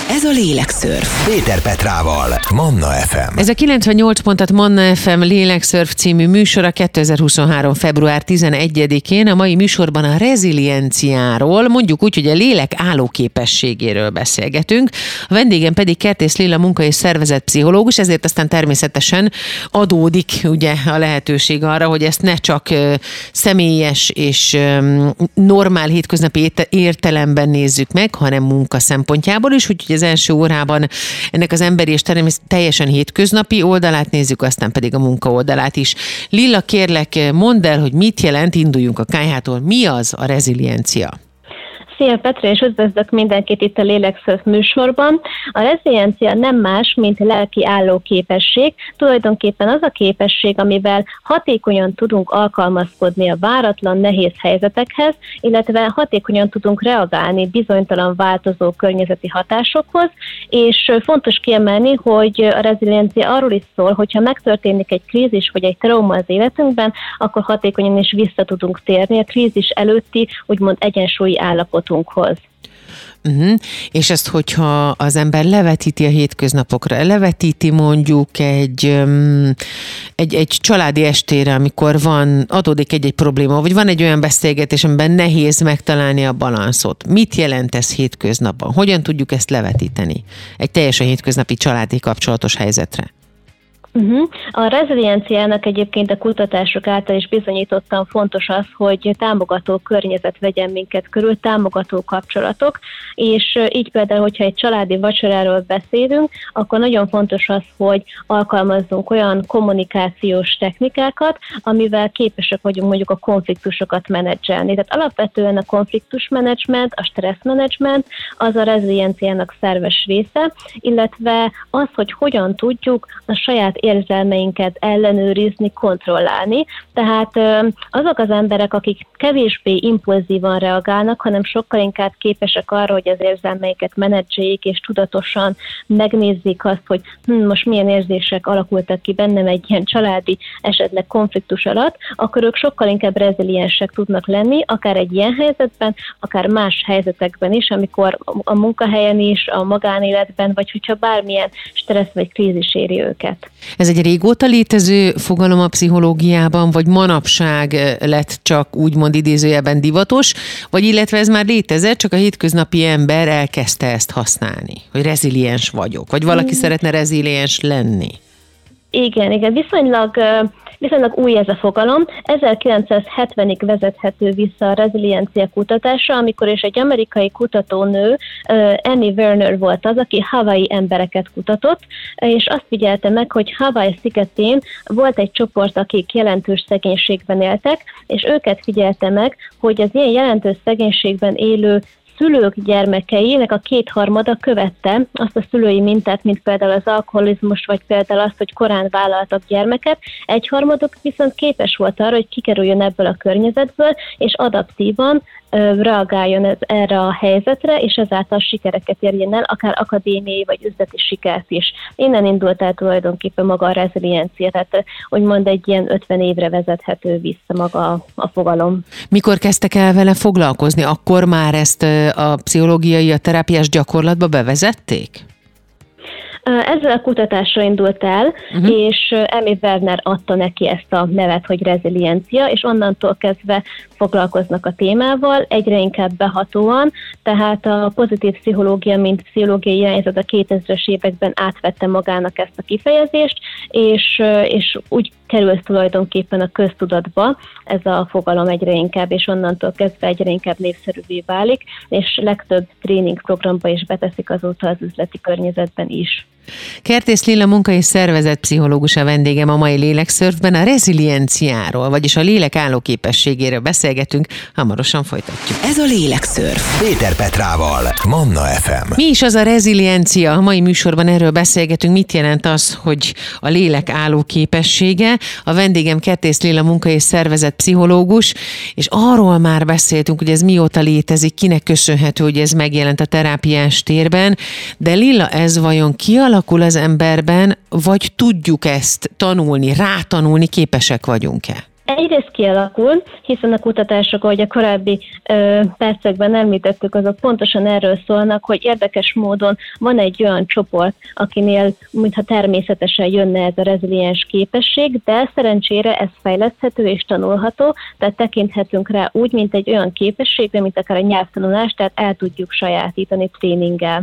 Ez a Lélekszörf. Péter Petrával, Manna FM. Ez a 98 pontat Manna FM Lélekszörf című műsora 2023. február 11-én. A mai műsorban a rezilienciáról, mondjuk úgy, hogy a lélek állóképességéről beszélgetünk. A vendégem pedig Kertész Lilla munka- és szervezetpszichológus, ezért aztán természetesen adódik ugye a lehetőség arra, hogy ezt ne csak személyes és normál hétköznapi értelemben nézzük meg, hanem munka szempontjából is, úgyhogy az első órában ennek az emberi és teljesen hétköznapi oldalát nézzük, aztán pedig a munka oldalát is. Lilla, kérlek, mondd el, hogy mit jelent, induljunk a kályhától, mi az a reziliencia? Szia Petra, és üdvözlök mindenkit itt a Lélekszörf műsorban. A reziliencia nem más, mint lelki állóképesség. Tulajdonképpen az a képesség, amivel hatékonyan tudunk alkalmazkodni a váratlan, nehéz helyzetekhez, illetve hatékonyan tudunk reagálni bizonytalan változó környezeti hatásokhoz, és fontos kiemelni, hogy a reziliencia arról is szól, hogyha megtörténik egy krízis vagy egy trauma az életünkben, akkor hatékonyan is vissza tudunk térni a krízis előtti, úgymond egyensúlyi állapotunkhoz. És ezt, hogyha az ember levetíti a hétköznapokra, levetíti mondjuk egy családi estére, amikor adódik egy probléma, vagy van egy olyan beszélgetés, amiben nehéz megtalálni a balanszot. Mit jelent ez hétköznapban? Hogyan tudjuk ezt levetíteni egy teljesen hétköznapi családi kapcsolatos helyzetre? A rezilienciának egyébként a kutatások által is bizonyítottan fontos az, hogy támogató környezet vegyen minket körül, támogató kapcsolatok, és így például, hogyha egy családi vacsoráról beszélünk, akkor nagyon fontos az, hogy alkalmazzunk olyan kommunikációs technikákat, amivel képesek vagyunk mondjuk a konfliktusokat menedzselni. Tehát alapvetően a konfliktusmenedzsment, a stresszmenedzsment az a rezilienciának szerves része, illetve az, hogy hogyan tudjuk a saját érzelmeinket ellenőrizni, kontrollálni. Tehát azok az emberek, akik kevésbé impulzívan reagálnak, hanem sokkal inkább képesek arra, hogy az érzelmeiket menedzseljék, és tudatosan megnézzék azt, hogy most milyen érzések alakultak ki bennem egy ilyen családi esetleg konfliktus alatt, akkor ők sokkal inkább reziliensek tudnak lenni, akár egy ilyen helyzetben, akár más helyzetekben is, amikor a munkahelyen is, a magánéletben, vagy hogyha bármilyen stressz vagy krízis éri őket. Ez egy régóta létező fogalom a pszichológiában, vagy manapság lett csak úgymond idézőjelben divatos, vagy illetve ez már létezett, csak a hétköznapi ember elkezdte ezt használni, hogy reziliens vagyok, vagy valaki szeretne reziliens lenni? Igen, viszonylag új ez a fogalom. 1970-ig vezethető vissza a reziliencia kutatása, amikor is egy amerikai kutatónő, Annie Werner volt az, aki Hawaii embereket kutatott, és azt figyelte meg, hogy Hawaii szigetén volt egy csoport, akik jelentős szegénységben éltek, és őket figyelte meg, hogy az ilyen jelentős szegénységben élő szülők gyermekeinek a 2/3 követte azt a szülői mintát, mint például az alkoholizmus, vagy például azt, hogy korán vállaltak gyermeket. 1/3 viszont képes volt arra, hogy kikerüljön ebből a környezetből, és adaptívan reagáljon erre a helyzetre, és ezáltal sikereket érjen el, akár akadémiai vagy üzleti sikert is. Innen indult el tulajdonképpen maga a reziliencia, tehát úgymond egy ilyen 50 évre vezethető vissza maga a fogalom. Mikor kezdtek el vele foglalkozni? Akkor már ezt a pszichológiai, a terápiás gyakorlatba bevezették? Ezzel a kutatásra indult el, és Annie Werner adta neki ezt a nevet, hogy reziliencia, és onnantól kezdve foglalkoznak a témával, egyre inkább behatóan, tehát a pozitív pszichológia, mint pszichológiai irányzat a 2000-es években átvette magának ezt a kifejezést, és úgy került tulajdonképpen a köztudatba ez a fogalom egyre inkább, és onnantól kezdve egyre inkább népszerűvé válik, és legtöbb tréning programba is beteszik azóta az üzleti környezetben is. Kertész Lilla munka- és szervezetpszichológus a vendégem a mai Lélekszörfben. A rezilienciáról, vagyis a lélek állóképességéről beszélgetünk, hamarosan folytatjuk. Ez a Lélekszörf. Péter Petrával, Manna FM. Mi is az a reziliencia? A mai műsorban erről beszélgetünk. Mit jelent az, hogy a lélek állóképessége? A vendégem Kertész Lilla munka- és szervezetpszichológus, és arról már beszéltünk, hogy ez mióta létezik, kinek köszönhető, hogy ez megjelent a terápiás térben, de Lilla, ez vajon kialakul az emberben, vagy tudjuk ezt tanulni, rátanulni, képesek vagyunk-e? Egyrészt kialakul, hiszen a kutatások, ahogy a korábbi percekben említettük, azok pontosan erről szólnak, hogy érdekes módon van egy olyan csoport, akinél mintha természetesen jönne ez a reziliens képesség, de szerencsére ez fejleszthető és tanulható, tehát tekinthetünk rá úgy, mint egy olyan képességre, mint akár a nyelvtanulás, tehát el tudjuk sajátítani tréninggel.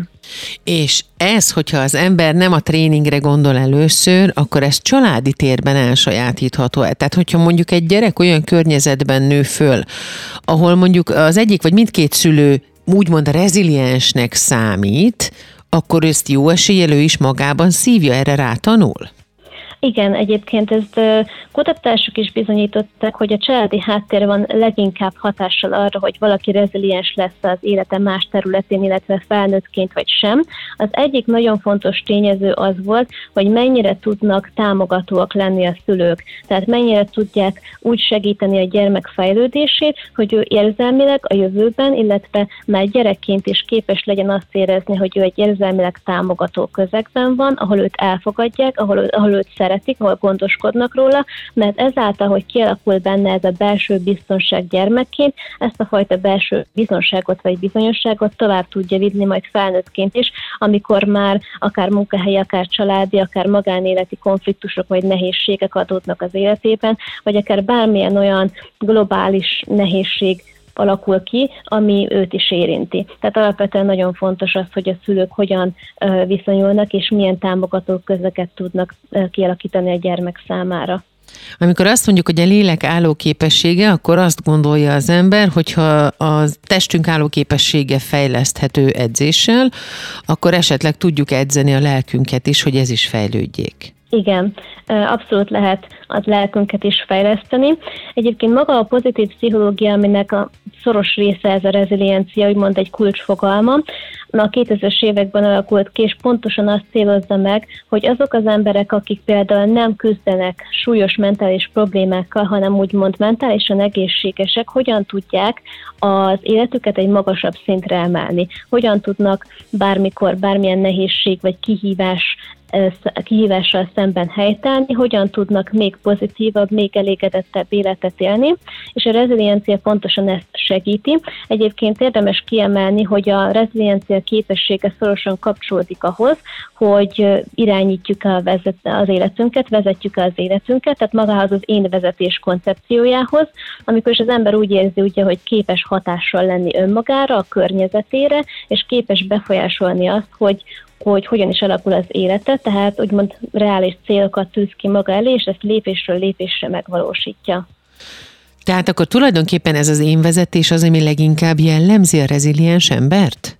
És ez, hogyha az ember nem a tréningre gondol először, akkor ez családi térben elsajátítható. Tehát, hogyha mondjuk egy gyerek olyan környezetben nő föl, ahol mondjuk az egyik vagy mindkét szülő úgymond reziliensnek számít, akkor ezt jó eséllyel ő is magában szívja, erre rátanul? Igen, egyébként ezt kutatások is bizonyították, hogy a családi háttér van leginkább hatással arra, hogy valaki reziliens lesz az élete más területén, illetve felnőttként vagy sem. Az egyik nagyon fontos tényező az volt, hogy mennyire tudnak támogatóak lenni a szülők. Tehát mennyire tudják úgy segíteni a gyermek fejlődését, hogy ő érzelmileg a jövőben, illetve már gyerekként is képes legyen azt érezni, hogy ő egy érzelmileg támogató közegben van, ahol őt elfogadják, ahol őt szeretik, ahol gondoskodnak róla, mert ezáltal, hogy kialakul benne ez a belső biztonság gyermekként, ezt a fajta belső biztonságot vagy bizonyosságot tovább tudja vinni majd felnőttként is, amikor már akár munkahelyi, akár családi, akár magánéleti konfliktusok vagy nehézségek adódnak az életében, vagy akár bármilyen olyan globális nehézség alakul ki, ami őt is érinti. Tehát alapvetően nagyon fontos az, hogy a szülők hogyan viszonyulnak, és milyen támogató közeket tudnak kialakítani a gyermek számára. Amikor azt mondjuk, hogy a lélek állóképessége, akkor azt gondolja az ember, hogyha a testünk állóképessége fejleszthető edzéssel, akkor esetleg tudjuk edzeni a lelkünket is, hogy ez is fejlődjék. Igen, abszolút lehet a lelkünket is fejleszteni. Egyébként maga a pozitív pszichológia, aminek a szoros része ez a reziliencia, úgymond egy kulcsfogalma, a 2000-es években alakult ki, és pontosan azt célozza meg, hogy azok az emberek, akik például nem küzdenek súlyos mentális problémákkal, hanem úgymond mentálisan egészségesek, hogyan tudják az életüket egy magasabb szintre emelni. Hogyan tudnak bármikor, bármilyen nehézség vagy kihívással szemben helytállni, hogyan tudnak még pozitívabb, még elégedettebb életet élni, és a reziliencia pontosan ezt segíti. Egyébként érdemes kiemelni, hogy a reziliencia képessége szorosan kapcsolódik ahhoz, hogy irányítjuk az életünket, vezetjük az életünket, tehát magához az én vezetés koncepciójához, amikor is az ember úgy érzi, ugye, hogy képes hatással lenni önmagára, a környezetére, és képes befolyásolni azt, hogy hogyan is alakul az élete, tehát úgymond reális célokat tűz ki maga elé, és ezt lépésről lépésre megvalósítja. Tehát akkor tulajdonképpen ez az énvezetés az, ami leginkább jellemzi a reziliens embert?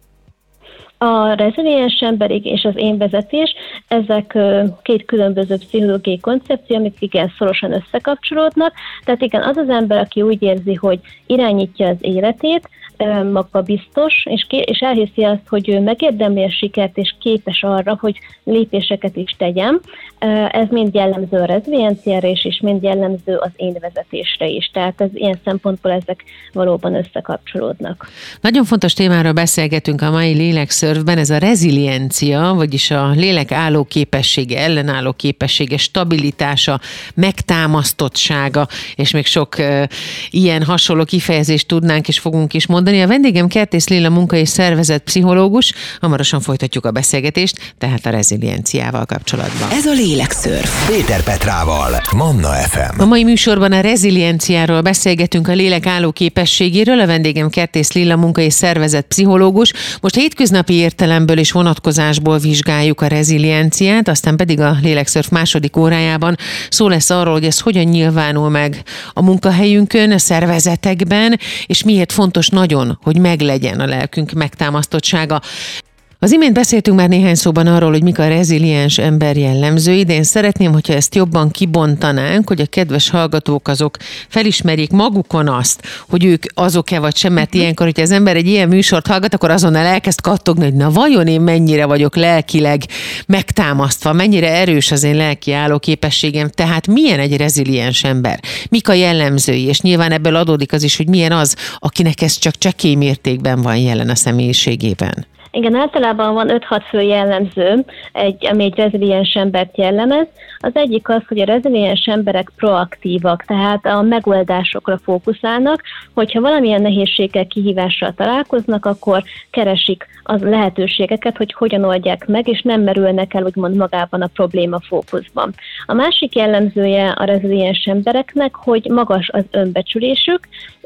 A reziliens emberig és az énvezetés, ezek két különböző pszichológiai koncepció, amik igen szorosan összekapcsolódnak. Tehát igen, az az ember, aki úgy érzi, hogy irányítja az életét, magabiztos, és elhiszi azt, hogy ő megérdemli a sikert, és képes arra, hogy lépéseket is tegyen. Ez mind jellemző a rezilienciára is, és mind jellemző az énvezetésre is. Tehát ez ilyen szempontból ezek valóban összekapcsolódnak. Nagyon fontos témáról beszélgetünk a mai lélekszörfben, ez a reziliencia, vagyis a lélek álló képessége, ellenálló képessége, stabilitása, megtámasztottsága, és még sok ilyen hasonló kifejezést tudnánk és fogunk is mondani. A vendégem Kertész Lilla munka- és szervezetpszichológus. Hamarosan folytatjuk a beszélgetést, tehát a rezilienciával kapcsolatban. Ez a lélekszörf. Péter Petrával, Manna FM. A mai műsorban a rezilienciáról beszélgetünk, a lélek álló képességéről. A vendégem Kertész Lilla munka- és szervezetpszichológus. Most hétköznapi értelemből és vonatkozásból vizsgáljuk a rezilienciát, aztán pedig a lélekszörf második órájában szó lesz arról, hogy ez hogyan nyilvánul meg a munkahelyünkön, a szervezetekben, és miért fontos nagyon, hogy meglegyen a lelkünk megtámasztottsága. Az imént beszéltünk már néhány szóban arról, hogy mik a reziliens ember jellemzői, de én szeretném, hogyha ezt jobban kibontanánk, hogy a kedves hallgatók azok felismerjék magukon azt, hogy ők azok-e vagy sem, mert ilyenkor, hogyha az ember egy ilyen műsort hallgat, akkor azonnal elkezd kattogni, hogy na vajon én mennyire vagyok lelkileg megtámasztva, mennyire erős az én lelki állóképességem, tehát milyen egy reziliens ember, mik a jellemzői, és nyilván ebből adódik az is, hogy milyen az, akinek ez csak csekély mértékben van jelen a személyiségében. Igen, általában van 5-6 fő jellemző, ami egy reziliens embert jellemez. Az egyik az, hogy a reziliens emberek proaktívak, tehát a megoldásokra fókuszálnak, hogyha valamilyen nehézséggel, kihívással találkoznak, akkor keresik az lehetőségeket, hogy hogyan oldják meg, és nem merülnek el úgymond magában a probléma fókuszban. A másik jellemzője a reziliens embereknek, hogy magas az önbecsülésük,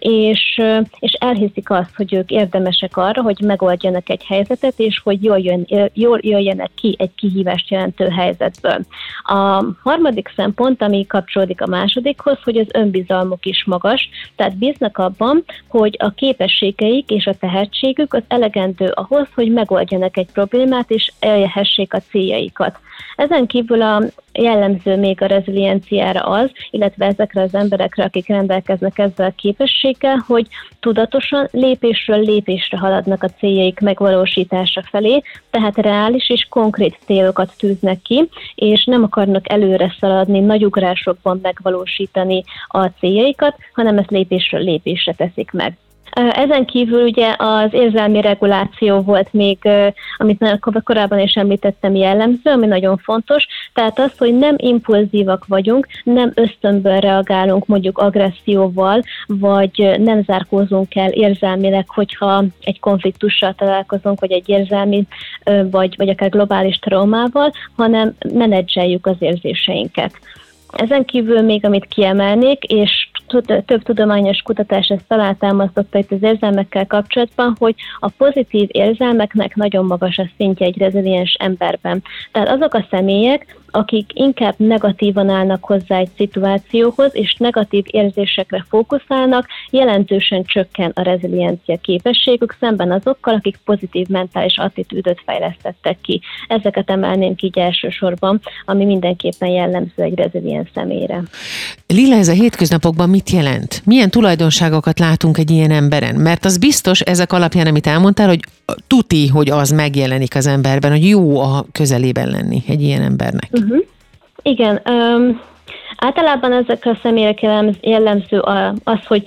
és elhiszik azt, hogy ők érdemesek arra, hogy megoldjanak egy helyzetet, és hogy jól jöjjenek ki egy kihívást jelentő helyzetből. A harmadik szempont, ami kapcsolódik a másodikhoz, hogy az önbizalmuk is magas, tehát bíznak abban, hogy a képességeik és a tehetségük az elegendő ahhoz, hogy megoldjanak egy problémát, és elérhessék a céljaikat. Ezen kívül a jellemző még a rezilienciára az, illetve ezekre az emberekre, akik rendelkeznek ezzel a képességgel, hogy tudatosan lépésről lépésre haladnak a céljaik megvalósítása felé, tehát reális és konkrét célokat tűznek ki, és nem akarnak előre szaladni, nagy ugrásokban megvalósítani a céljaikat, hanem ezt lépésről lépésre teszik meg. Ezen kívül ugye az érzelmi reguláció volt még, amit korábban is említettem, jellemző, ami nagyon fontos, tehát az, hogy nem impulzívak vagyunk, nem ösztönből reagálunk mondjuk agresszióval, vagy nem zárkózunk el érzelmileg, hogyha egy konfliktussal találkozunk, vagy egy érzelmi, vagy akár globális traumával, hanem menedzseljük az érzéseinket. Ezen kívül még, amit kiemelnék, és több tudományos kutatás ezt alátámasztotta itt az érzelmekkel kapcsolatban, hogy a pozitív érzelmeknek nagyon magas a szintje egy reziliens emberben. Tehát azok a személyek, akik inkább negatívan állnak hozzá egy szituációhoz, és negatív érzésekre fókuszálnak, jelentősen csökken a reziliencia képességük szemben azokkal, akik pozitív mentális attitűdöt fejlesztettek ki. Ezeket emelném ki így elsősorban, ami mindenképpen jellemző egy reziliens személyre. Lila, ez a hétköznapokban mit jelent? Milyen tulajdonságokat látunk egy ilyen emberen? Mert az biztos ezek alapján, amit elmondtál, hogy tuti, hogy az megjelenik az emberben, hogy jó a közelében lenni egy ilyen embernek. Igen, általában ezek a személyek jellemző az, hogy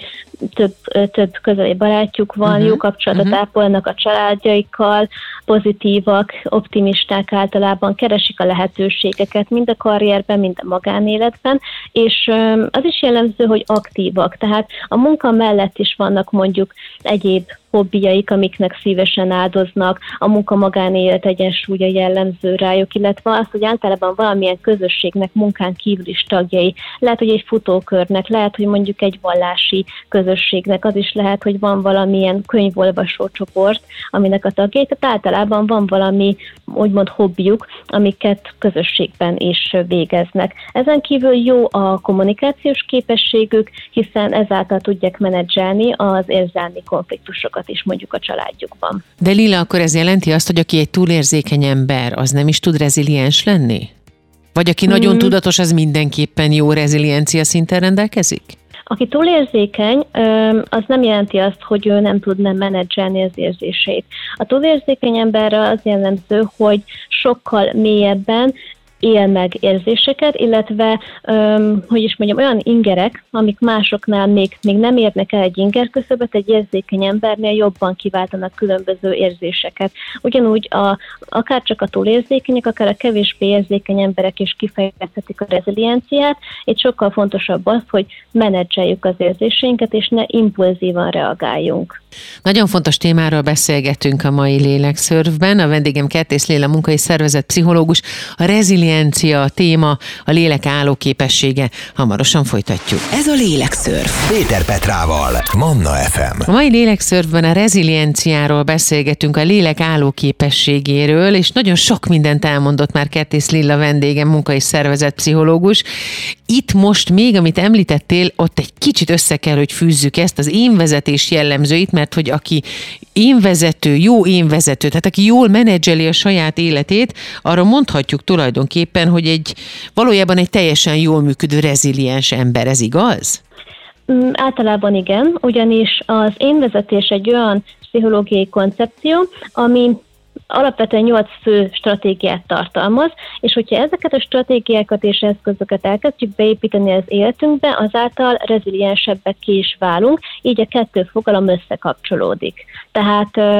több közeli barátjuk van, jó kapcsolatot ápolnak a családjaikkal, pozitívak, optimisták, általában keresik a lehetőségeket mind a karrierben, mind a magánéletben, és az is jellemző, hogy aktívak, tehát a munka mellett is vannak mondjuk egyéb hobbiaik, amiknek szívesen áldoznak, a munka-magánélet egyensúlya jellemző rájuk, illetve az, hogy általában valamilyen közösségnek munkán kívül is tagjai. Lehet, hogy egy futókörnek, lehet, hogy mondjuk egy vallási közösségnek, az is lehet, hogy van valamilyen könyvolvasó csoport, aminek a tagjai, tehát általában van valami úgymond hobbiuk, amiket közösségben is végeznek. Ezen kívül jó a kommunikációs képességük, hiszen ezáltal tudják menedzselni az érzelmi konfliktusokat is mondjuk a családjukban. De Lila, akkor ez jelenti azt, hogy aki egy túlérzékeny ember, az nem is tud reziliens lenni? Vagy aki nagyon tudatos, az mindenképpen jó reziliencia szinten rendelkezik? Aki túlérzékeny, az nem jelenti azt, hogy ő nem tudna menedzselni az érzéseit. A túlérzékeny emberre az jellemző, hogy sokkal mélyebben él meg érzéseket, illetve, olyan ingerek, amik másoknál még nem érnek el egy ingerküszöböt, egy érzékeny embernél jobban kiváltanak különböző érzéseket. Ugyanúgy akár csak a túlérzékenyek, akár a kevésbé érzékeny emberek is kifejezhetik a rezilienciát. Itt sokkal fontosabb az, hogy menedzseljük az érzéseinket, és ne impulzívan reagáljunk. Nagyon fontos témáról beszélgetünk a mai Lélekszörfben. A vendégem Kertész Léla, munka- és szervezetpszichológus. A reziliencia a téma, a lélek állóképessége. Hamarosan folytatjuk. Ez a Lélekszörf. Péter Petrával, Manna FM. A mai Lélekszörfben a rezilienciáról beszélgetünk, a lélek állóképességéről, és nagyon sok mindent elmondott már Kertész Léla vendégem, munka- és szervezetpszichológus. Itt most még, amit említettél, ott egy kicsit össze kell, hogy fűzzük ezt az énvezetés jellemzőit, mert hogy aki énvezető, jó énvezető, tehát aki jól menedzseli a saját életét, arra mondhatjuk tulajdonképpen, hogy valójában egy teljesen jól működő, reziliens ember, ez igaz? Általában igen, ugyanis az énvezetés egy olyan pszichológiai koncepció, ami alapvetően 8 fő stratégiát tartalmaz, és hogyha ezeket a stratégiákat és eszközöket elkezdjük beépíteni az életünkbe, azáltal reziliensebbek ki is válunk, így a kettő fogalom összekapcsolódik. Tehát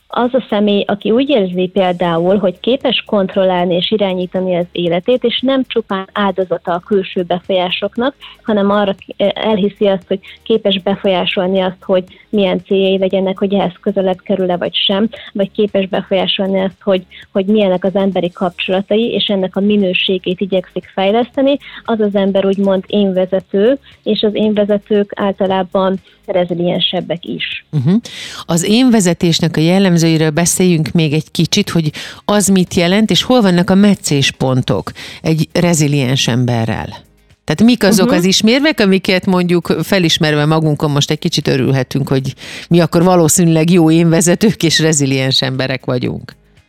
az a személy, aki úgy érzi például, hogy képes kontrollálni és irányítani az életét, és nem csupán áldozata a külső befolyásoknak, hanem arra elhiszi azt, hogy képes befolyásolni azt, hogy milyen céljai legyenek, hogy ehhez közelebb kerül-e vagy sem, vagy képes befolyásolni azt, hogy milyenek az emberi kapcsolatai, és ennek a minőségét igyekszik fejleszteni, az az ember úgymond énvezető, és az énvezetők általában reziliensebbek is. Az énvezetésnek a jellemzőiről beszéljünk még egy kicsit, hogy az mit jelent, és hol vannak a meccéspontok egy reziliens emberrel. Tehát mik azok az ismérvek, amiket mondjuk felismerve magunkon most egy kicsit örülhetünk, hogy mi akkor valószínűleg jó énvezetők és reziliens emberek vagyunk.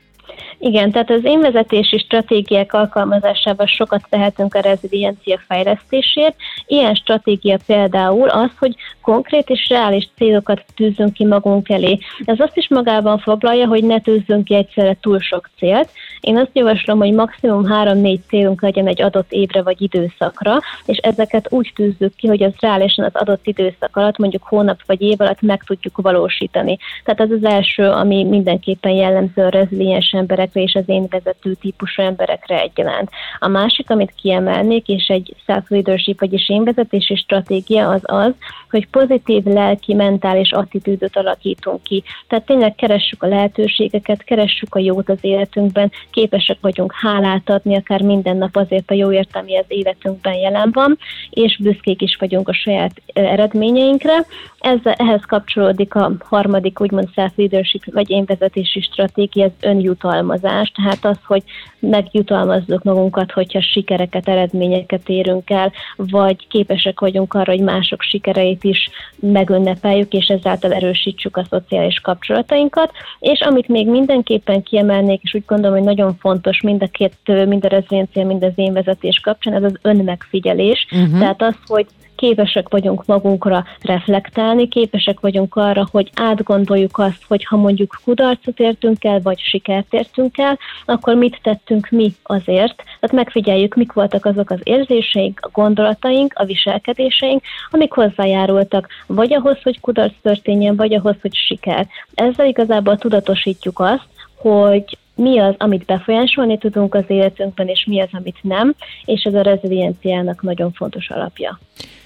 Igen, tehát az énvezetési stratégiák alkalmazásával sokat tehetünk a reziliencia fejlesztésért. Ilyen stratégia például az, hogy konkrét és reális célokat tűzünk ki magunk elé. Ez azt is magában foglalja, hogy ne tűzzünk ki egyszerre túl sok célt. Én azt javaslom, hogy maximum 3-4 célunk legyen egy adott évre vagy időszakra, és ezeket úgy tűzzük ki, hogy az reálisan az adott időszak alatt, mondjuk hónap vagy év alatt meg tudjuk valósítani. Tehát ez az első, ami mindenképpen jellemző a reziliens emberekre és az énvezető típusú emberekre egyaránt. A másik, amit kiemelnék, és egy self-leadership, vagyis énvezetési stratégia az, hogy pozitív lelki, mentális attitűdöt alakítunk ki. Tehát tényleg keressük a lehetőségeket, keressük a jót az életünkben, képesek vagyunk hálát adni akár minden nap azért a jóért, ami az életünkben jelen van, és büszkék is vagyunk a saját eredményeinkre. Ehhez kapcsolódik a harmadik úgymond self-leadership vagy énvezetési stratégia, az önjutalmazás, tehát az, hogy megjutalmazzuk magunkat, hogyha sikereket, eredményeket érünk el, vagy képesek vagyunk arra, hogy mások sikereit is megünnepeljük, és ezáltal erősítsük a szociális kapcsolatainkat. És amit még mindenképpen kiemelnék, és úgy gondolom, hogy nagyon fontos mind a kettő, mind a reziliencia, mind az énvezetés kapcsán, ez az önmegfigyelés. Tehát az, hogy képesek vagyunk magunkra reflektálni, képesek vagyunk arra, hogy átgondoljuk azt, hogy ha mondjuk kudarcot értünk el, vagy sikert értünk el, akkor mit tettünk mi azért. Tehát megfigyeljük, mik voltak azok az érzéseink, a gondolataink, a viselkedéseink, amik hozzájárultak, vagy ahhoz, hogy kudarc történjen, vagy ahhoz, hogy siker. Ezzel igazából tudatosítjuk azt, hogy mi az, amit befolyásolni tudunk az életünkben, és mi az, amit nem, és ez a rezilienciának nagyon fontos alapja.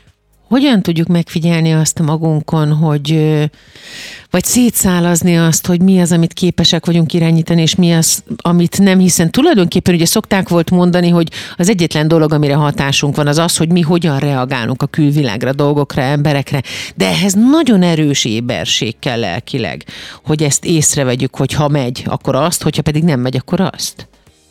Hogyan tudjuk megfigyelni azt magunkon, vagy szétszálazni azt, hogy mi az, amit képesek vagyunk irányítani, és mi az, amit nem, hiszen tulajdonképpen ugye szokták volt mondani, hogy az egyetlen dolog, amire hatásunk van, az, hogy mi hogyan reagálunk a külvilágra, dolgokra, emberekre, de ehhez nagyon erős éberség kell lelkileg, hogy ezt észrevegyük, hogy ha megy, akkor azt, hogyha pedig nem megy, akkor azt.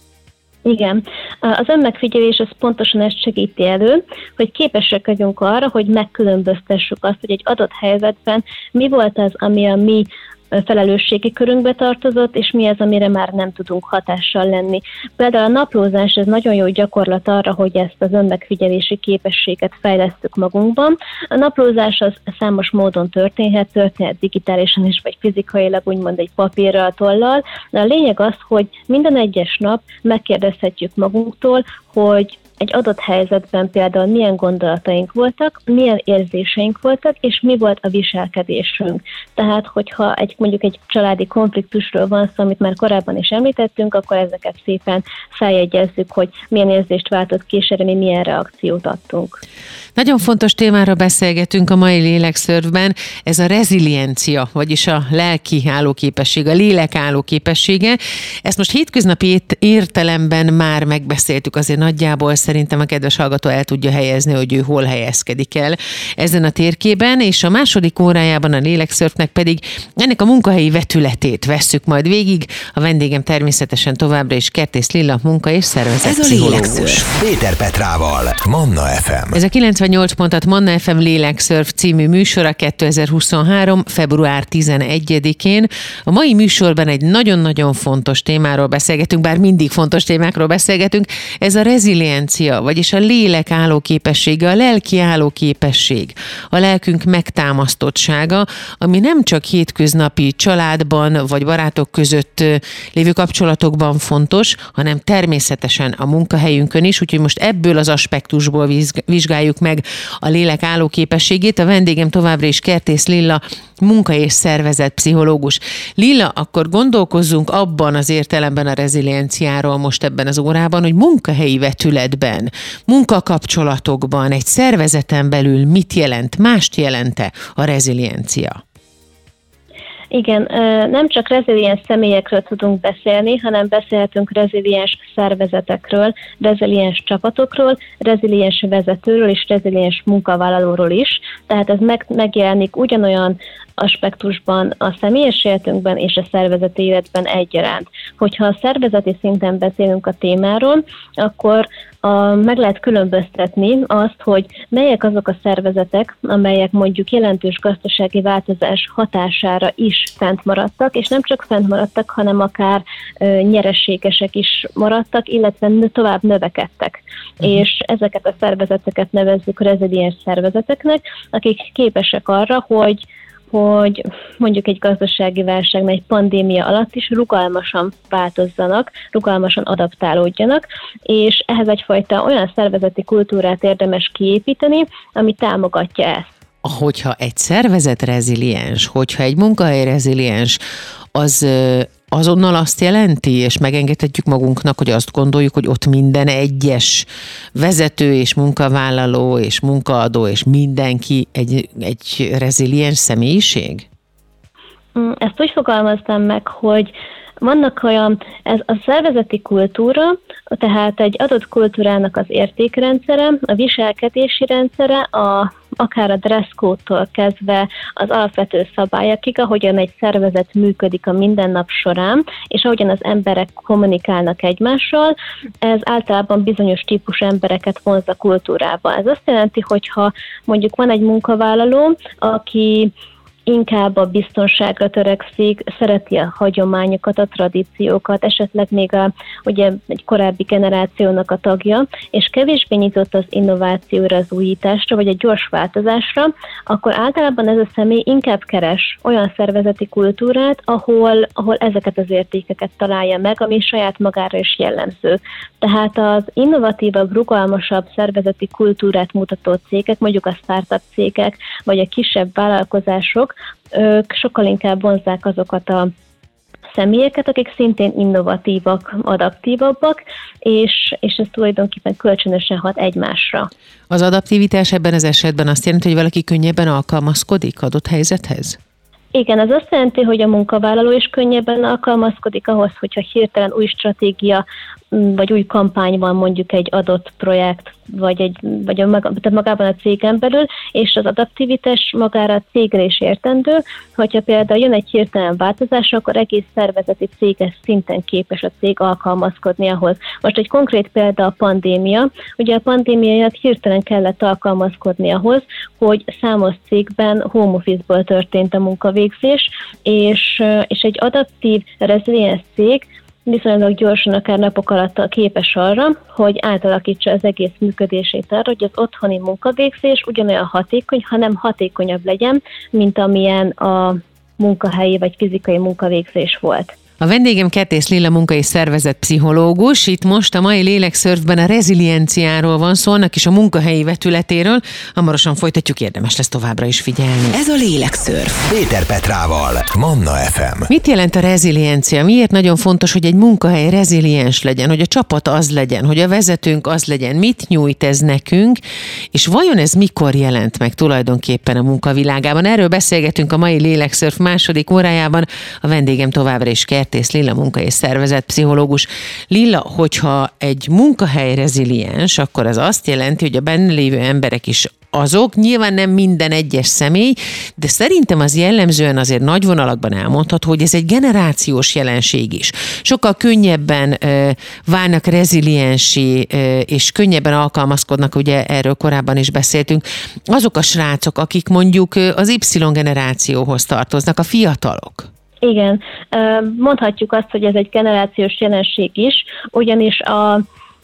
Igen. Az önmegfigyelés az pontosan ezt segíti elő, hogy képesek vagyunk arra, hogy megkülönböztessük azt, hogy egy adott helyzetben mi volt az, ami a mi felelősségi körünkbe tartozott, és mi az, amire már nem tudunk hatással lenni. Például a naplózás, ez nagyon jó gyakorlat arra, hogy ezt az önmegfigyelési képességet fejlesztük magunkban. A naplózás az számos módon történhet digitálisan is, vagy fizikailag, úgymond egy papírral, tollal. De a lényeg az, hogy minden egyes nap megkérdezhetjük magunktól, hogy egy adott helyzetben például milyen gondolataink voltak, milyen érzéseink voltak, és mi volt a viselkedésünk. Tehát, hogyha mondjuk egy családi konfliktusról van szó, amit már korábban is említettünk, akkor ezeket szépen feljegyezzük, hogy milyen érzést váltott ki, és erre mi milyen reakciót adtunk. Nagyon fontos témára beszélgetünk a mai lélekszörfben, ez a reziliencia, vagyis a lelki állóképesség, a lélek állóképessége. Ezt most hétköznapi értelemben már megbeszéltük, azért nagyjából szerintem a kedves hallgató el tudja helyezni, hogy ő hol helyezkedik el ezen a térképen, és a második órájában a lélekszörfnek pedig ennek a munkahelyi vetületét vesszük majd végig. A vendégem természetesen továbbra is Kertész Lilla, munka- és szervezetpszichológus. Péter Petrával, Manna FM. Ez a 98 pontat Manna FM Lélekszörf című műsora 2023. február 11-én. A mai műsorban egy nagyon-nagyon fontos témáról beszélgetünk, bár mindig fontos témákról beszélgetünk. Ez a reziliencia, vagyis a lélek állóképessége, a lelki állóképesség, a lelkünk megtámasztottsága, ami nem csak hétköznapi családban vagy barátok között lévő kapcsolatokban fontos, hanem természetesen a munkahelyünkön is, úgyhogy most ebből az aspektusból vizsgáljuk meg a lélek állóképességét. A vendégem továbbra is Kertész Lilla, munka- és szervezetpszichológus. Lilla, akkor gondolkozzunk abban az értelemben a rezilienciáról most ebben az órában, hogy munkahelyi vetületben, munkakapcsolatokban, egy szervezeten belül mit jelent, mást jelente a reziliencia? Igen, nem csak reziliens személyekről tudunk beszélni, hanem beszélhetünk reziliens szervezetekről, reziliens csapatokról, reziliens vezetőről és reziliens munkavállalóról is. Tehát ez megjelenik ugyanolyan aspektusban a személyes életünkben és a szervezeti életben egyaránt. Hogyha a szervezeti szinten beszélünk a témáról, akkor meg lehet különböztetni azt, hogy melyek azok a szervezetek, amelyek mondjuk jelentős gazdasági változás hatására is fent maradtak, és nem csak fent maradtak, hanem akár nyereségesek is maradtak, illetve tovább növekedtek. És ezeket a szervezeteket nevezzük reziliens szervezeteknek, akik képesek arra, hogy mondjuk egy gazdasági válság, egy pandémia alatt is rugalmasan változzanak, rugalmasan adaptálódjanak, és ehhez egyfajta olyan szervezeti kultúrát érdemes kiépíteni, ami támogatja ezt. Hogyha egy szervezet reziliens, hogyha egy munkahely reziliens, az azonnal azt jelenti, és megengedhetjük magunknak, hogy azt gondoljuk, hogy ott minden egyes vezető és munkavállaló és munkaadó és mindenki egy reziliens személyiség? Ezt úgy fogalmaznám meg, hogy vannak ez a szervezeti kultúra, tehát egy adott kultúrának az értékrendszere, a viselkedési rendszere, akár a dresscode-tól kezdve az alapvető szabályokig, ahogyan egy szervezet működik a mindennap során, és ahogyan az emberek kommunikálnak egymással, ez általában bizonyos típusú embereket vonz a kultúrába. Ez azt jelenti, hogyha mondjuk van egy munkavállaló, aki inkább a biztonságra törekszik, szereti a hagyományokat, a tradíciókat, esetleg még ugye egy korábbi generációnak a tagja, és kevésbé nyitott az innovációra, az újításra, vagy egy gyors változásra, akkor általában ez a személy inkább keres olyan szervezeti kultúrát, ahol ezeket az értékeket találja meg, ami saját magára is jellemző. Tehát az innovatívabb, rugalmasabb szervezeti kultúrát mutató cégek, mondjuk a startup cégek, vagy a kisebb vállalkozások, ők sokkal inkább vonzzák azokat a személyeket, akik szintén innovatívak, adaptívabbak, és ez tulajdonképpen kölcsönösen hat egymásra. Az adaptivitás ebben az esetben azt jelenti, hogy valaki könnyebben alkalmazkodik adott helyzethez? Igen, az azt jelenti, hogy a munkavállaló is könnyebben alkalmazkodik ahhoz, hogyha hirtelen új stratégia vagy új kampány van mondjuk egy adott projekt, vagy magában a cégen belül, és az adaptivitás magára a cégre is értendő, hogyha például jön egy hirtelen változás, akkor egész szervezeti céges szinten képes a cég alkalmazkodni ahhoz. Most egy konkrét példa a pandémia. Ugye a pandémia miatt hirtelen kellett alkalmazkodni ahhoz, hogy számos cégben home office-ból történt a munkavégzés, és egy adaptív, reziliens cég viszonylag gyorsan, akár napok alatt képes arra, hogy átalakítsa az egész működését arra, hogy az otthoni munkavégzés ugyanolyan hatékony, hanem hatékonyabb legyen, mint amilyen a munkahelyi vagy fizikai munkavégzés volt. A vendégem Kertész Lilla munka- és szervezetpszichológus. Itt most a mai Lélekszörfben a rezilienciáról van szó, annak is a munkahelyi vetületéről. Hamarosan folytatjuk, érdemes lesz továbbra is figyelni. Ez a Lélekszörf. Péter Petrával, Manna FM. Mit jelent a reziliencia? Miért nagyon fontos, hogy egy munkahely reziliens legyen, hogy a csapat az legyen, hogy a vezetőnk az legyen? Mit nyújt ez nekünk? És vajon ez mikor jelent meg tulajdonképpen a munkavilágában? Erről beszélgetünk a mai Lélekszörf második órájában. A vendégem továbbra is Kertész Lilla munka- és szervezetpszichológus. Lilla, hogyha egy munkahely reziliens, akkor az azt jelenti, hogy a benne lévő emberek is azok, nyilván nem minden egyes személy, de szerintem az jellemzően azért nagy vonalakban elmondható, hogy ez egy generációs jelenség is. Sokkal könnyebben válnak reziliensé, és könnyebben alkalmazkodnak, ugye erről korábban is beszéltünk, azok a srácok, akik mondjuk az Y generációhoz tartoznak, a fiatalok. Igen, mondhatjuk azt, hogy ez egy generációs jelenség is, ugyanis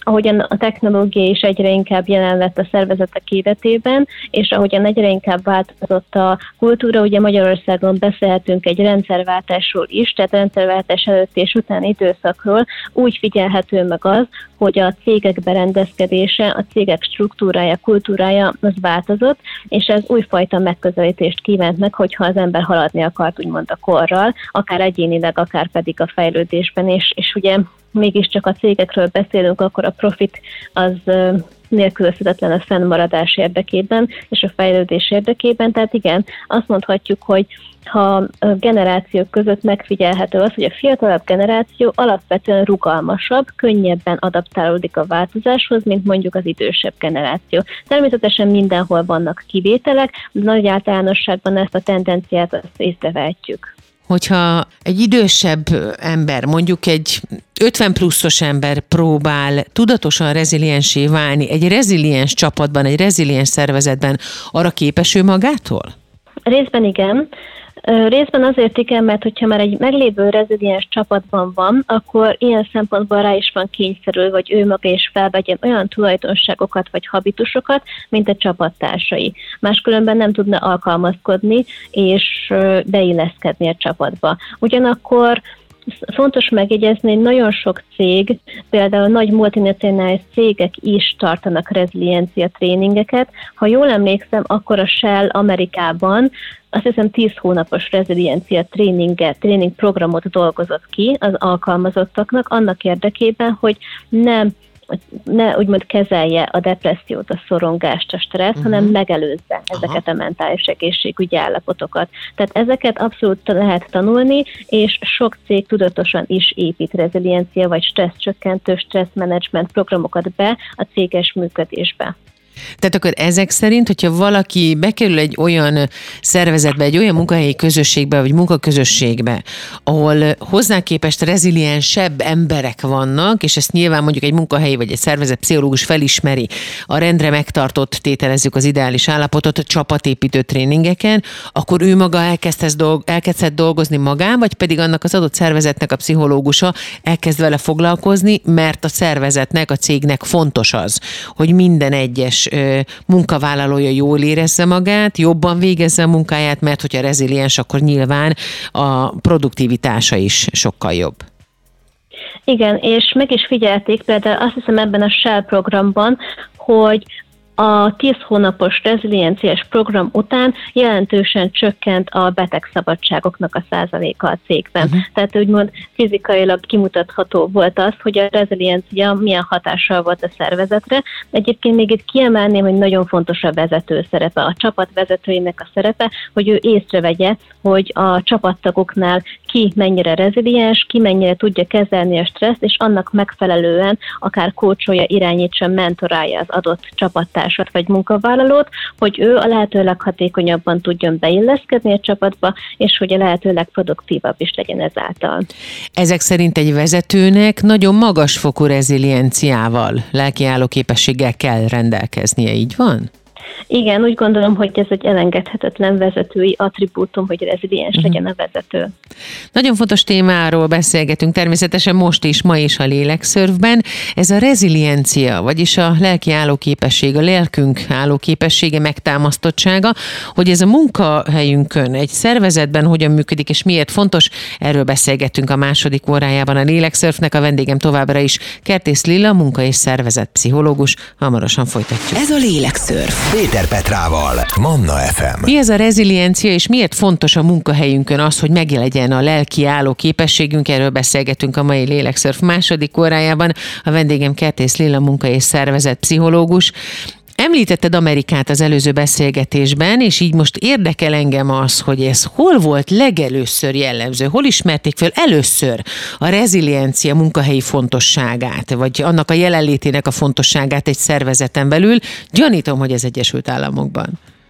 ahogyan a technológia is egyre inkább jelen lett a szervezetek életében, és ahogyan egyre inkább változott a kultúra, ugye Magyarországon beszélhetünk egy rendszerváltásról is, tehát rendszerváltás előtt és utáni időszakról, úgy figyelhető meg az, hogy a cégek berendezkedése, a cégek struktúrája, kultúrája az változott, és ez újfajta megközelítést kívánt meg, hogyha az ember haladni akart úgymond a korral, akár egyénileg, akár pedig a fejlődésben, és ugye mégiscsak a cégekről beszélünk, akkor a profit az nélkülözhetetlen a fennmaradás érdekében és a fejlődés érdekében. Tehát igen, azt mondhatjuk, hogy ha a generációk között megfigyelhető az, hogy a fiatalabb generáció alapvetően rugalmasabb, könnyebben adaptálódik a változáshoz, mint mondjuk az idősebb generáció. Természetesen mindenhol vannak kivételek, de nagy általánosságban ezt a tendenciát azt észrevehetjük. Hogyha egy idősebb ember, mondjuk egy 50 pluszos ember próbál tudatosan reziliensé válni egy reziliens csapatban, egy reziliens szervezetben, arra képes ő magától? Részben igen. Részben azért igen, mert hogyha már egy meglévő reziliens csapatban van, akkor ilyen szempontból rá is van kényszerül, vagy ő maga is felvegyen olyan tulajdonságokat vagy habitusokat, mint a csapattársai. Máskülönben nem tudna alkalmazkodni és beilleszkedni a csapatba. Ugyanakkor fontos megjegyezni, hogy nagyon sok cég, például nagy multinacionális cégek is tartanak reziliencia tréningeket. Ha jól emlékszem, akkor a Shell Amerikában azt hiszem 10 hónapos reziliencia tréningprogramot dolgozott ki az alkalmazottaknak annak érdekében, hogy ne úgymond kezelje a depressziót, a szorongást, a stresszt, hanem megelőzze ezeket a mentális egészségügyi állapotokat. Tehát ezeket abszolút lehet tanulni, és sok cég tudatosan is épít reziliencia vagy stresszcsökkentő, stresszmenedzsment programokat be a céges működésbe. Tehát akkor ezek szerint, hogyha valaki bekerül egy olyan szervezetbe, egy olyan munkahelyi közösségbe, vagy munkaközösségbe, ahol hozzá képest reziliensebb emberek vannak, és ezt nyilván mondjuk egy munkahelyi vagy egy szervezet pszichológus felismeri, a rendre megtartott, tételezzük az ideális állapotot, a csapatépítő tréningeken, akkor ő maga elkezdhet dolgozni magán, vagy pedig annak az adott szervezetnek a pszichológusa elkezd vele foglalkozni, mert a szervezetnek, a cégnek fontos az, hogy minden egyes munkavállalója jól érezze magát, jobban végezze a munkáját, mert hogyha reziliens, akkor nyilván a produktivitása is sokkal jobb. Igen, és meg is figyelték például azt hiszem ebben a Shell programban, hogy a 10 hónapos rezilienciás program után jelentősen csökkent a betegszabadságoknak a százaléka a cégben. Tehát úgymond fizikailag kimutatható volt az, hogy a reziliencia milyen hatással volt a szervezetre. Egyébként még itt kiemelném, hogy nagyon fontos a vezető szerepe, a csapatvezetőinek a szerepe, hogy ő észrevegye, hogy a csapattagoknál ki mennyire reziliens, ki mennyire tudja kezelni a stresszt, és annak megfelelően akár kócsolja, irányítsa, mentorálja az adott csapattársat vagy munkavállalót, hogy ő a lehető leghatékonyabban tudjon beilleszkedni a csapatba, és hogy a lehető legproduktívabb is legyen ezáltal. Ezek szerint egy vezetőnek nagyon magas fokú rezilienciával, lelkiálló képességgel kell rendelkeznie, így van? Igen, úgy gondolom, hogy ez egy elengedhetetlen vezetői attribútum, hogy reziliens legyen a vezető. Nagyon fontos témáról beszélgetünk természetesen ma is a Lélekszörfben. Ez a reziliencia, vagyis a lelki állóképesség, a lelkünk állóképessége, megtámasztottsága, hogy ez a munkahelyünkön, egy szervezetben hogyan működik és miért fontos, erről beszélgettünk a második órájában a Lélekszörfnek. A vendégem továbbra is Kertész Lilla, munka- és szervezetpszichológus. Hamarosan folytatjuk. Ez a Lélekszörf. Péter Petrával, Manna FM. Mi ez a reziliencia, és miért fontos a munkahelyünkön az, hogy meglegyen a lelki álló képességünk? Erről beszélgetünk a mai Lélekszörf második órájában. A vendégem Kertész Lilla, munka- és szervezetpszichológus. Említetted Amerikát az előző beszélgetésben, és így most érdekel engem az, hogy ez hol volt legelőször jellemző, hol ismerték fel először a reziliencia munkahelyi fontosságát, vagy annak a jelenlétének a fontosságát egy szervezeten belül. Gyanítom, hogy az Egyesült Államokban.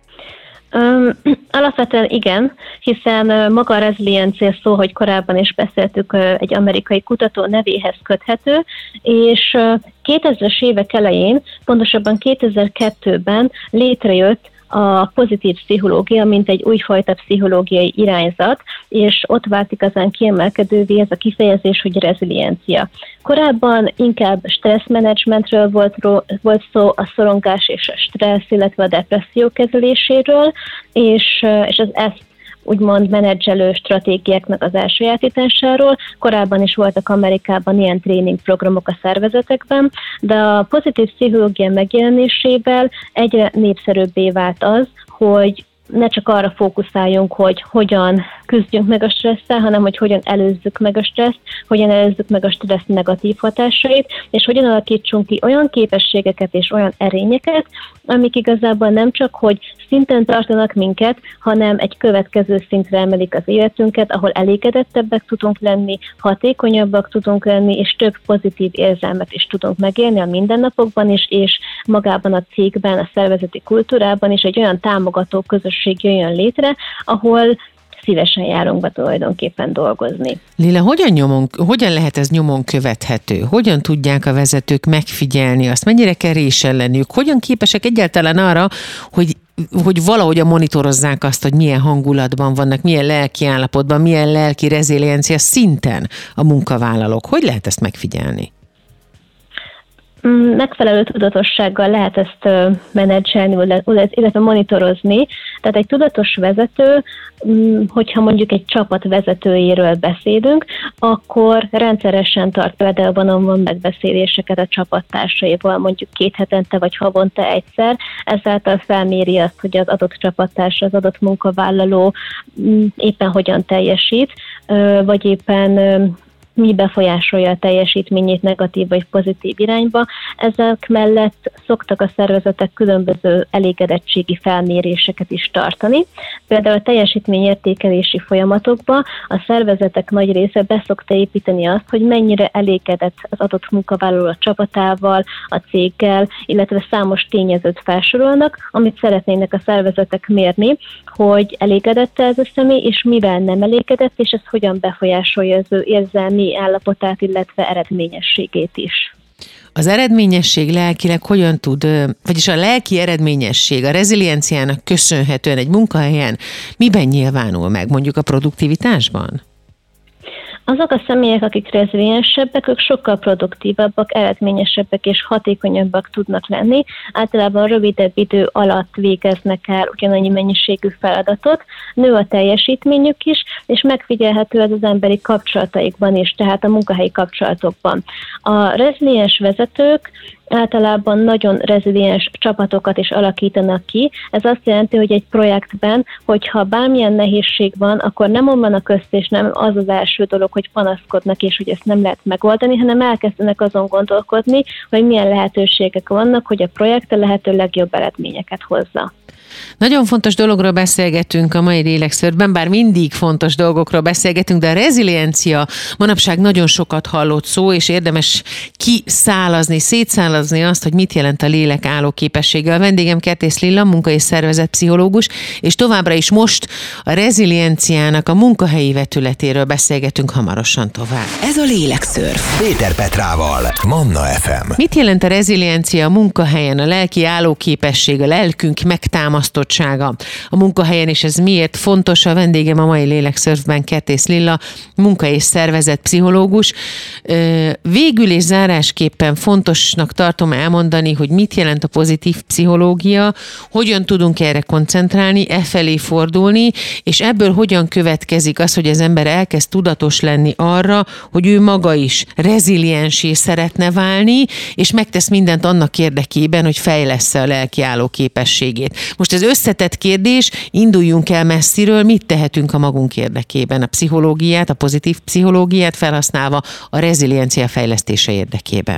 Alapvetően igen, hiszen maga a reziliencia szó, hogy korábban is beszéltük, egy amerikai kutató nevéhez köthető, és 2000-es évek elején, pontosabban 2002-ben létrejött a pozitív pszichológia, mint egy újfajta pszichológiai irányzat, és ott vált igazán kiemelkedővé ez a kifejezés, hogy reziliencia. Korábban inkább stresszmenedzsmentről volt szó, a szorongás és a stressz, illetve a depresszió kezeléséről, és az ezt úgymond menedzselő stratégiáknak az elsajátításáról. Korábban is voltak Amerikában ilyen tréningprogramok a szervezetekben, de a pozitív pszichológia megjelenésével egyre népszerűbbé vált az, hogy ne csak arra fókuszáljunk, hogy hogyan küzdjünk meg a stresszel, hanem hogy hogyan előzzük meg a stresszt, hogyan előzzük meg a stressz negatív hatásait, és hogyan alakítsunk ki olyan képességeket és olyan erényeket, amik igazából nem csak, hogy szinten tartanak minket, hanem egy következő szintre emelik az életünket, ahol elégedettebbek tudunk lenni, hatékonyabbak tudunk lenni, és több pozitív érzelmet is tudunk megélni a mindennapokban is, és magában a cégben, a szervezeti kultúrában is egy olyan támogató közösség jöjjön létre, ahol szívesen járunk be tulajdonképpen dolgozni. Lila, hogyan lehet ez nyomon követhető? Hogyan tudják a vezetők megfigyelni azt? Mennyire kell résen lenniük? Hogyan képesek egyáltalán arra, hogy valahogyan monitorozzák azt, hogy milyen hangulatban vannak, milyen lelki állapotban, milyen lelki reziliencia szinten a munkavállalók? Hogy lehet ezt megfigyelni? Megfelelő tudatossággal lehet ezt menedzselni, illetve monitorozni. Tehát egy tudatos vezető, hogyha mondjuk egy csapat vezetőjéről beszélünk, akkor rendszeresen tart például one-on-one megbeszéléseket a csapattársaival, mondjuk 2 hetente vagy havonta egyszer. Ezáltal felméri azt, hogy az adott csapattárs, az adott munkavállaló éppen hogyan teljesít, vagy éppen mi befolyásolja a teljesítményét negatív vagy pozitív irányba. Ezek mellett szoktak a szervezetek különböző elégedettségi felméréseket is tartani. Például a teljesítményértékelési folyamatokba a szervezetek nagy része beszokta építeni azt, hogy mennyire elégedett az adott munkavállaló a csapatával, a céggel, illetve számos tényezőt felsorolnak, amit szeretnének a szervezetek mérni, hogy elégedett ez a személy, és mivel nem elégedett, és ez hogyan befolyásolja az ő érzelmi állapotát, illetve eredményességét is. Az eredményesség lelkileg hogyan tud, vagyis a lelki eredményesség a rezilienciának köszönhetően egy munkahelyen miben nyilvánul meg, mondjuk a produktivitásban? Azok a személyek, akik reziliensebbek, ők sokkal produktívabbak, eredményesebbek és hatékonyabbak tudnak lenni. Általában rövidebb idő alatt végeznek el ugyanannyi mennyiségű feladatot, nő a teljesítményük is, és megfigyelhető ez az emberi kapcsolataikban is, tehát a munkahelyi kapcsolatokban. A reziliens vezetők általában nagyon reziliens csapatokat is alakítanak ki. Ez azt jelenti, hogy egy projektben, hogyha bármilyen nehézség van, akkor nem omlanak össze, és nem az az első dolog, hogy panaszkodnak, és hogy ezt nem lehet megoldani, hanem elkezdenek azon gondolkodni, hogy milyen lehetőségek vannak, hogy a projekt a lehető legjobb eredményeket hozza. Nagyon fontos dologról beszélgetünk a mai Lélekszörfben, bár mindig fontos dolgokról beszélgetünk, de a reziliencia manapság nagyon sokat hallott szó, és érdemes szétszálazni azt, hogy mit jelent a lélek álló képessége. A vendégem Kertész Lilla, munka- és szervezetpszichológus, és továbbra is most a rezilienciának a munkahelyi vetületéről beszélgetünk hamarosan tovább. Ez a Lélekszörf. Péter Petrával, Manna FM. Mit jelent a reziliencia a munkahelyen, a lelki állóképesség, a lelkünk megtámasztottsága a munkahelyen, és ez miért fontos? A vendégem a mai Lélekszörfben Kertész Lilla, munka- és szervezetpszichológus. Végül és zárásképpen fontosnak tartom elmondani, hogy mit jelent a pozitív pszichológia, hogyan tudunk erre koncentrálni, felé fordulni, és ebből hogyan következik az, hogy az ember elkezd tudatos lenni arra, hogy ő maga is reziliensé szeretne válni, és megtesz mindent annak érdekében, hogy fejlessze a lelki álló képességét. Most ez összetett kérdés, induljunk el messziről, mit tehetünk a magunk érdekében, a pszichológiát, a pozitív pszichológiát felhasználva a reziliencia fejlesztése érdekében.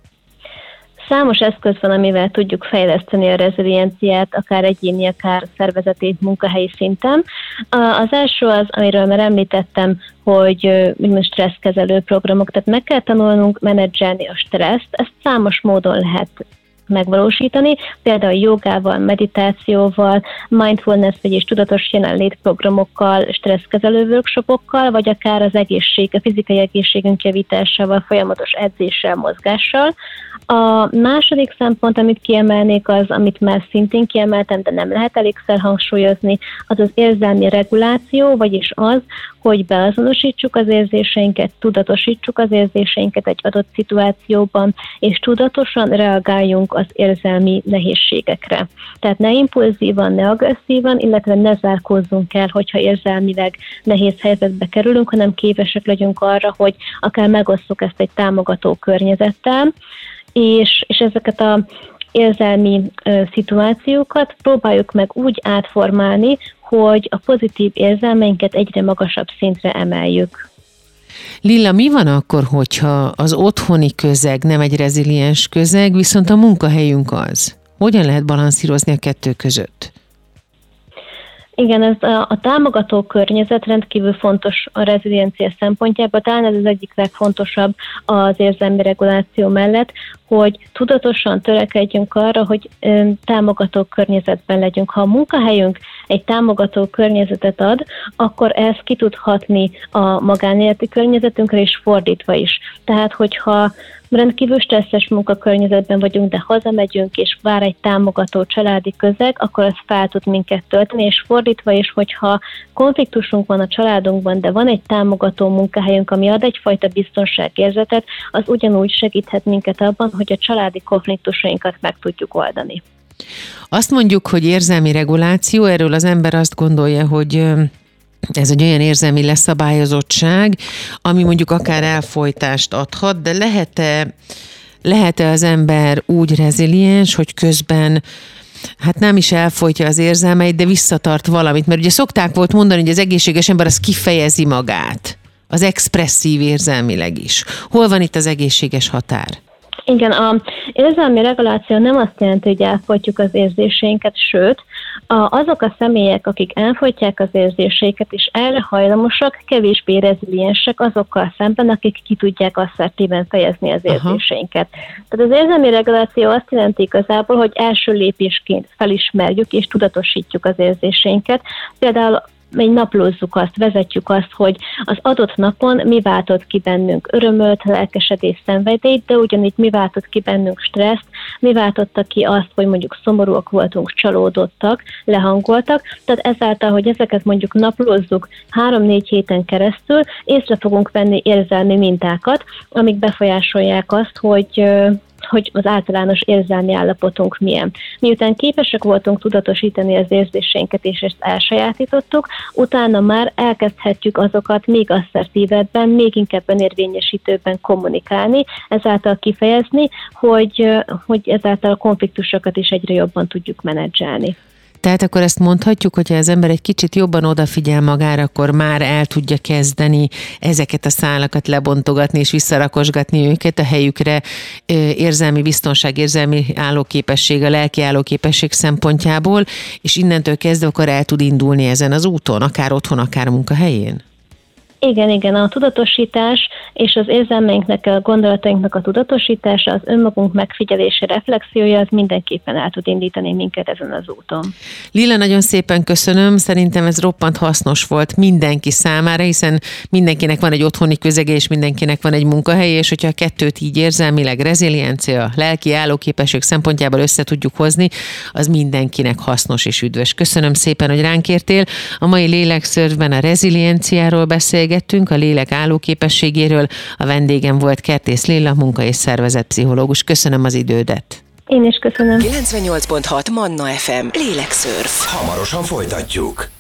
Számos eszköz van, amivel tudjuk fejleszteni a rezilienciát, akár egyéni, akár szervezeti, munkahelyi szinten. Az első az, amiről már említettem, hogy stresszkezelő programok, tehát meg kell tanulnunk menedzselni a stresszt, ezt számos módon lehet megvalósítani, például jogával, meditációval, mindfulness, vagyis tudatos jelenlét programokkal, stresszkezelő workshopokkal, vagy akár az a fizikai egészségünk javításával, folyamatos edzéssel, mozgással. A második szempont, amit kiemelnék, az, amit már szintén kiemeltem, de nem lehet elégszer hangsúlyozni, az az érzelmi reguláció, vagyis az, hogy beazonosítsuk az érzéseinket, tudatosítsuk az érzéseinket egy adott szituációban, és tudatosan reagáljunk az érzelmi nehézségekre. Tehát ne impulzívan, ne agresszívan, illetve ne zárkózzunk el, hogyha érzelmileg nehéz helyzetbe kerülünk, hanem képesek legyünk arra, hogy akár megosszuk ezt egy támogató környezettel, és ezeket az érzelmi szituációkat próbáljuk meg úgy átformálni, hogy a pozitív érzelmeinket egyre magasabb szintre emeljük. Lilla, mi van akkor, hogyha az otthoni közeg nem egy reziliens közeg, viszont a munkahelyünk az? Hogyan lehet balanszírozni a kettő között? Igen, ez a támogató környezet rendkívül fontos a reziliencia szempontjából, talán ez az egyik legfontosabb az érzelmi reguláció mellett, hogy tudatosan törekedjünk arra, hogy támogató környezetben legyünk. Ha a munkahelyünk egy támogató környezetet ad, akkor ez ki tud hatni a magánéleti környezetünkre, és fordítva is. Tehát, hogyha rendkívül stresszes munkakörnyezetben vagyunk, de hazamegyünk, és vár egy támogató családi közeg, akkor ez fel tud minket tölteni, és fordítva is, hogyha konfliktusunk van a családunkban, de van egy támogató munkahelyünk, ami ad egyfajta biztonságérzetet, az ugyanúgy segíthet minket abban, hogy a családi konfliktusainkat meg tudjuk oldani. Azt mondjuk, hogy érzelmi reguláció, erről az ember azt gondolja, hogy ez egy olyan érzelmi leszabályozottság, ami mondjuk akár elfojtást adhat, de lehet-e az ember úgy reziliens, hogy közben hát nem is elfojtja az érzelmeit, de visszatart valamit, mert ugye szokták volt mondani, hogy az egészséges ember az kifejezi magát, az expresszív érzelmileg is. Hol van itt az egészséges határ? Igen, az érzelmi reguláció nem azt jelenti, hogy elfolytjuk az érzéseinket, sőt, azok a személyek, akik elfolytják az érzéseiket, és erre hajlamosak, kevésbé reziliensek azokkal szemben, akik ki tudják asszertíven fejezni az érzéseinket. Tehát az érzelmi reguláció azt jelenti igazából, hogy első lépésként felismerjük és tudatosítjuk az érzéseinket. Például naplózzuk azt, vezetjük azt, hogy az adott napon mi váltott ki bennünk örömöt, lelkesedést, szenvedélyt, de ugyanígy mi váltott ki bennünk stresszt, mi váltotta ki azt, hogy mondjuk szomorúak voltunk, csalódottak, lehangoltak, tehát ezáltal, hogy ezeket mondjuk naplózzuk 3-4 héten keresztül, észre fogunk venni érzelmi mintákat, amik befolyásolják azt, hogy az általános érzelmi állapotunk milyen. Miután képesek voltunk tudatosítani az érzéseinket, és ezt elsajátítottuk, utána már elkezdhetjük azokat még asszertívebben, még inkább önérvényesítőbben kommunikálni, ezáltal kifejezni, hogy ezáltal a konfliktusokat is egyre jobban tudjuk menedzselni. Tehát akkor ezt mondhatjuk, hogyha az ember egy kicsit jobban odafigyel magára, akkor már el tudja kezdeni ezeket a szálakat lebontogatni és visszarakosgatni őket a helyükre érzelmi biztonság, érzelmi állóképesség, a lelki állóképesség szempontjából, és innentől kezdve akkor el tud indulni ezen az úton, akár otthon, akár a munkahelyén? Igen, a tudatosítás és az érzelmeinknek, a gondolatainknak a tudatosítása, az önmagunk megfigyelése, reflexiója, az mindenképpen el tud indítani minket ezen az úton. Lilla, nagyon szépen köszönöm, szerintem ez roppant hasznos volt mindenki számára, hiszen mindenkinek van egy otthoni közege, és mindenkinek van egy munkahelye, és hogyha a kettőt így érzelmileg, reziliencia, lelki állóképesség szempontjából össze tudjuk hozni, az mindenkinek hasznos és üdvös. Köszönöm szépen, hogy ránk értél. A mai lélekszörfben a rezilienciáról beszélgettünk, a lélek állóképességéről. A vendégem volt Kertész Lilla, munka- és szervezetpszichológus. Köszönöm az idődet. Én is köszönöm. 98.6 Manna FM. Lélekszörf. Hamarosan folytatjuk.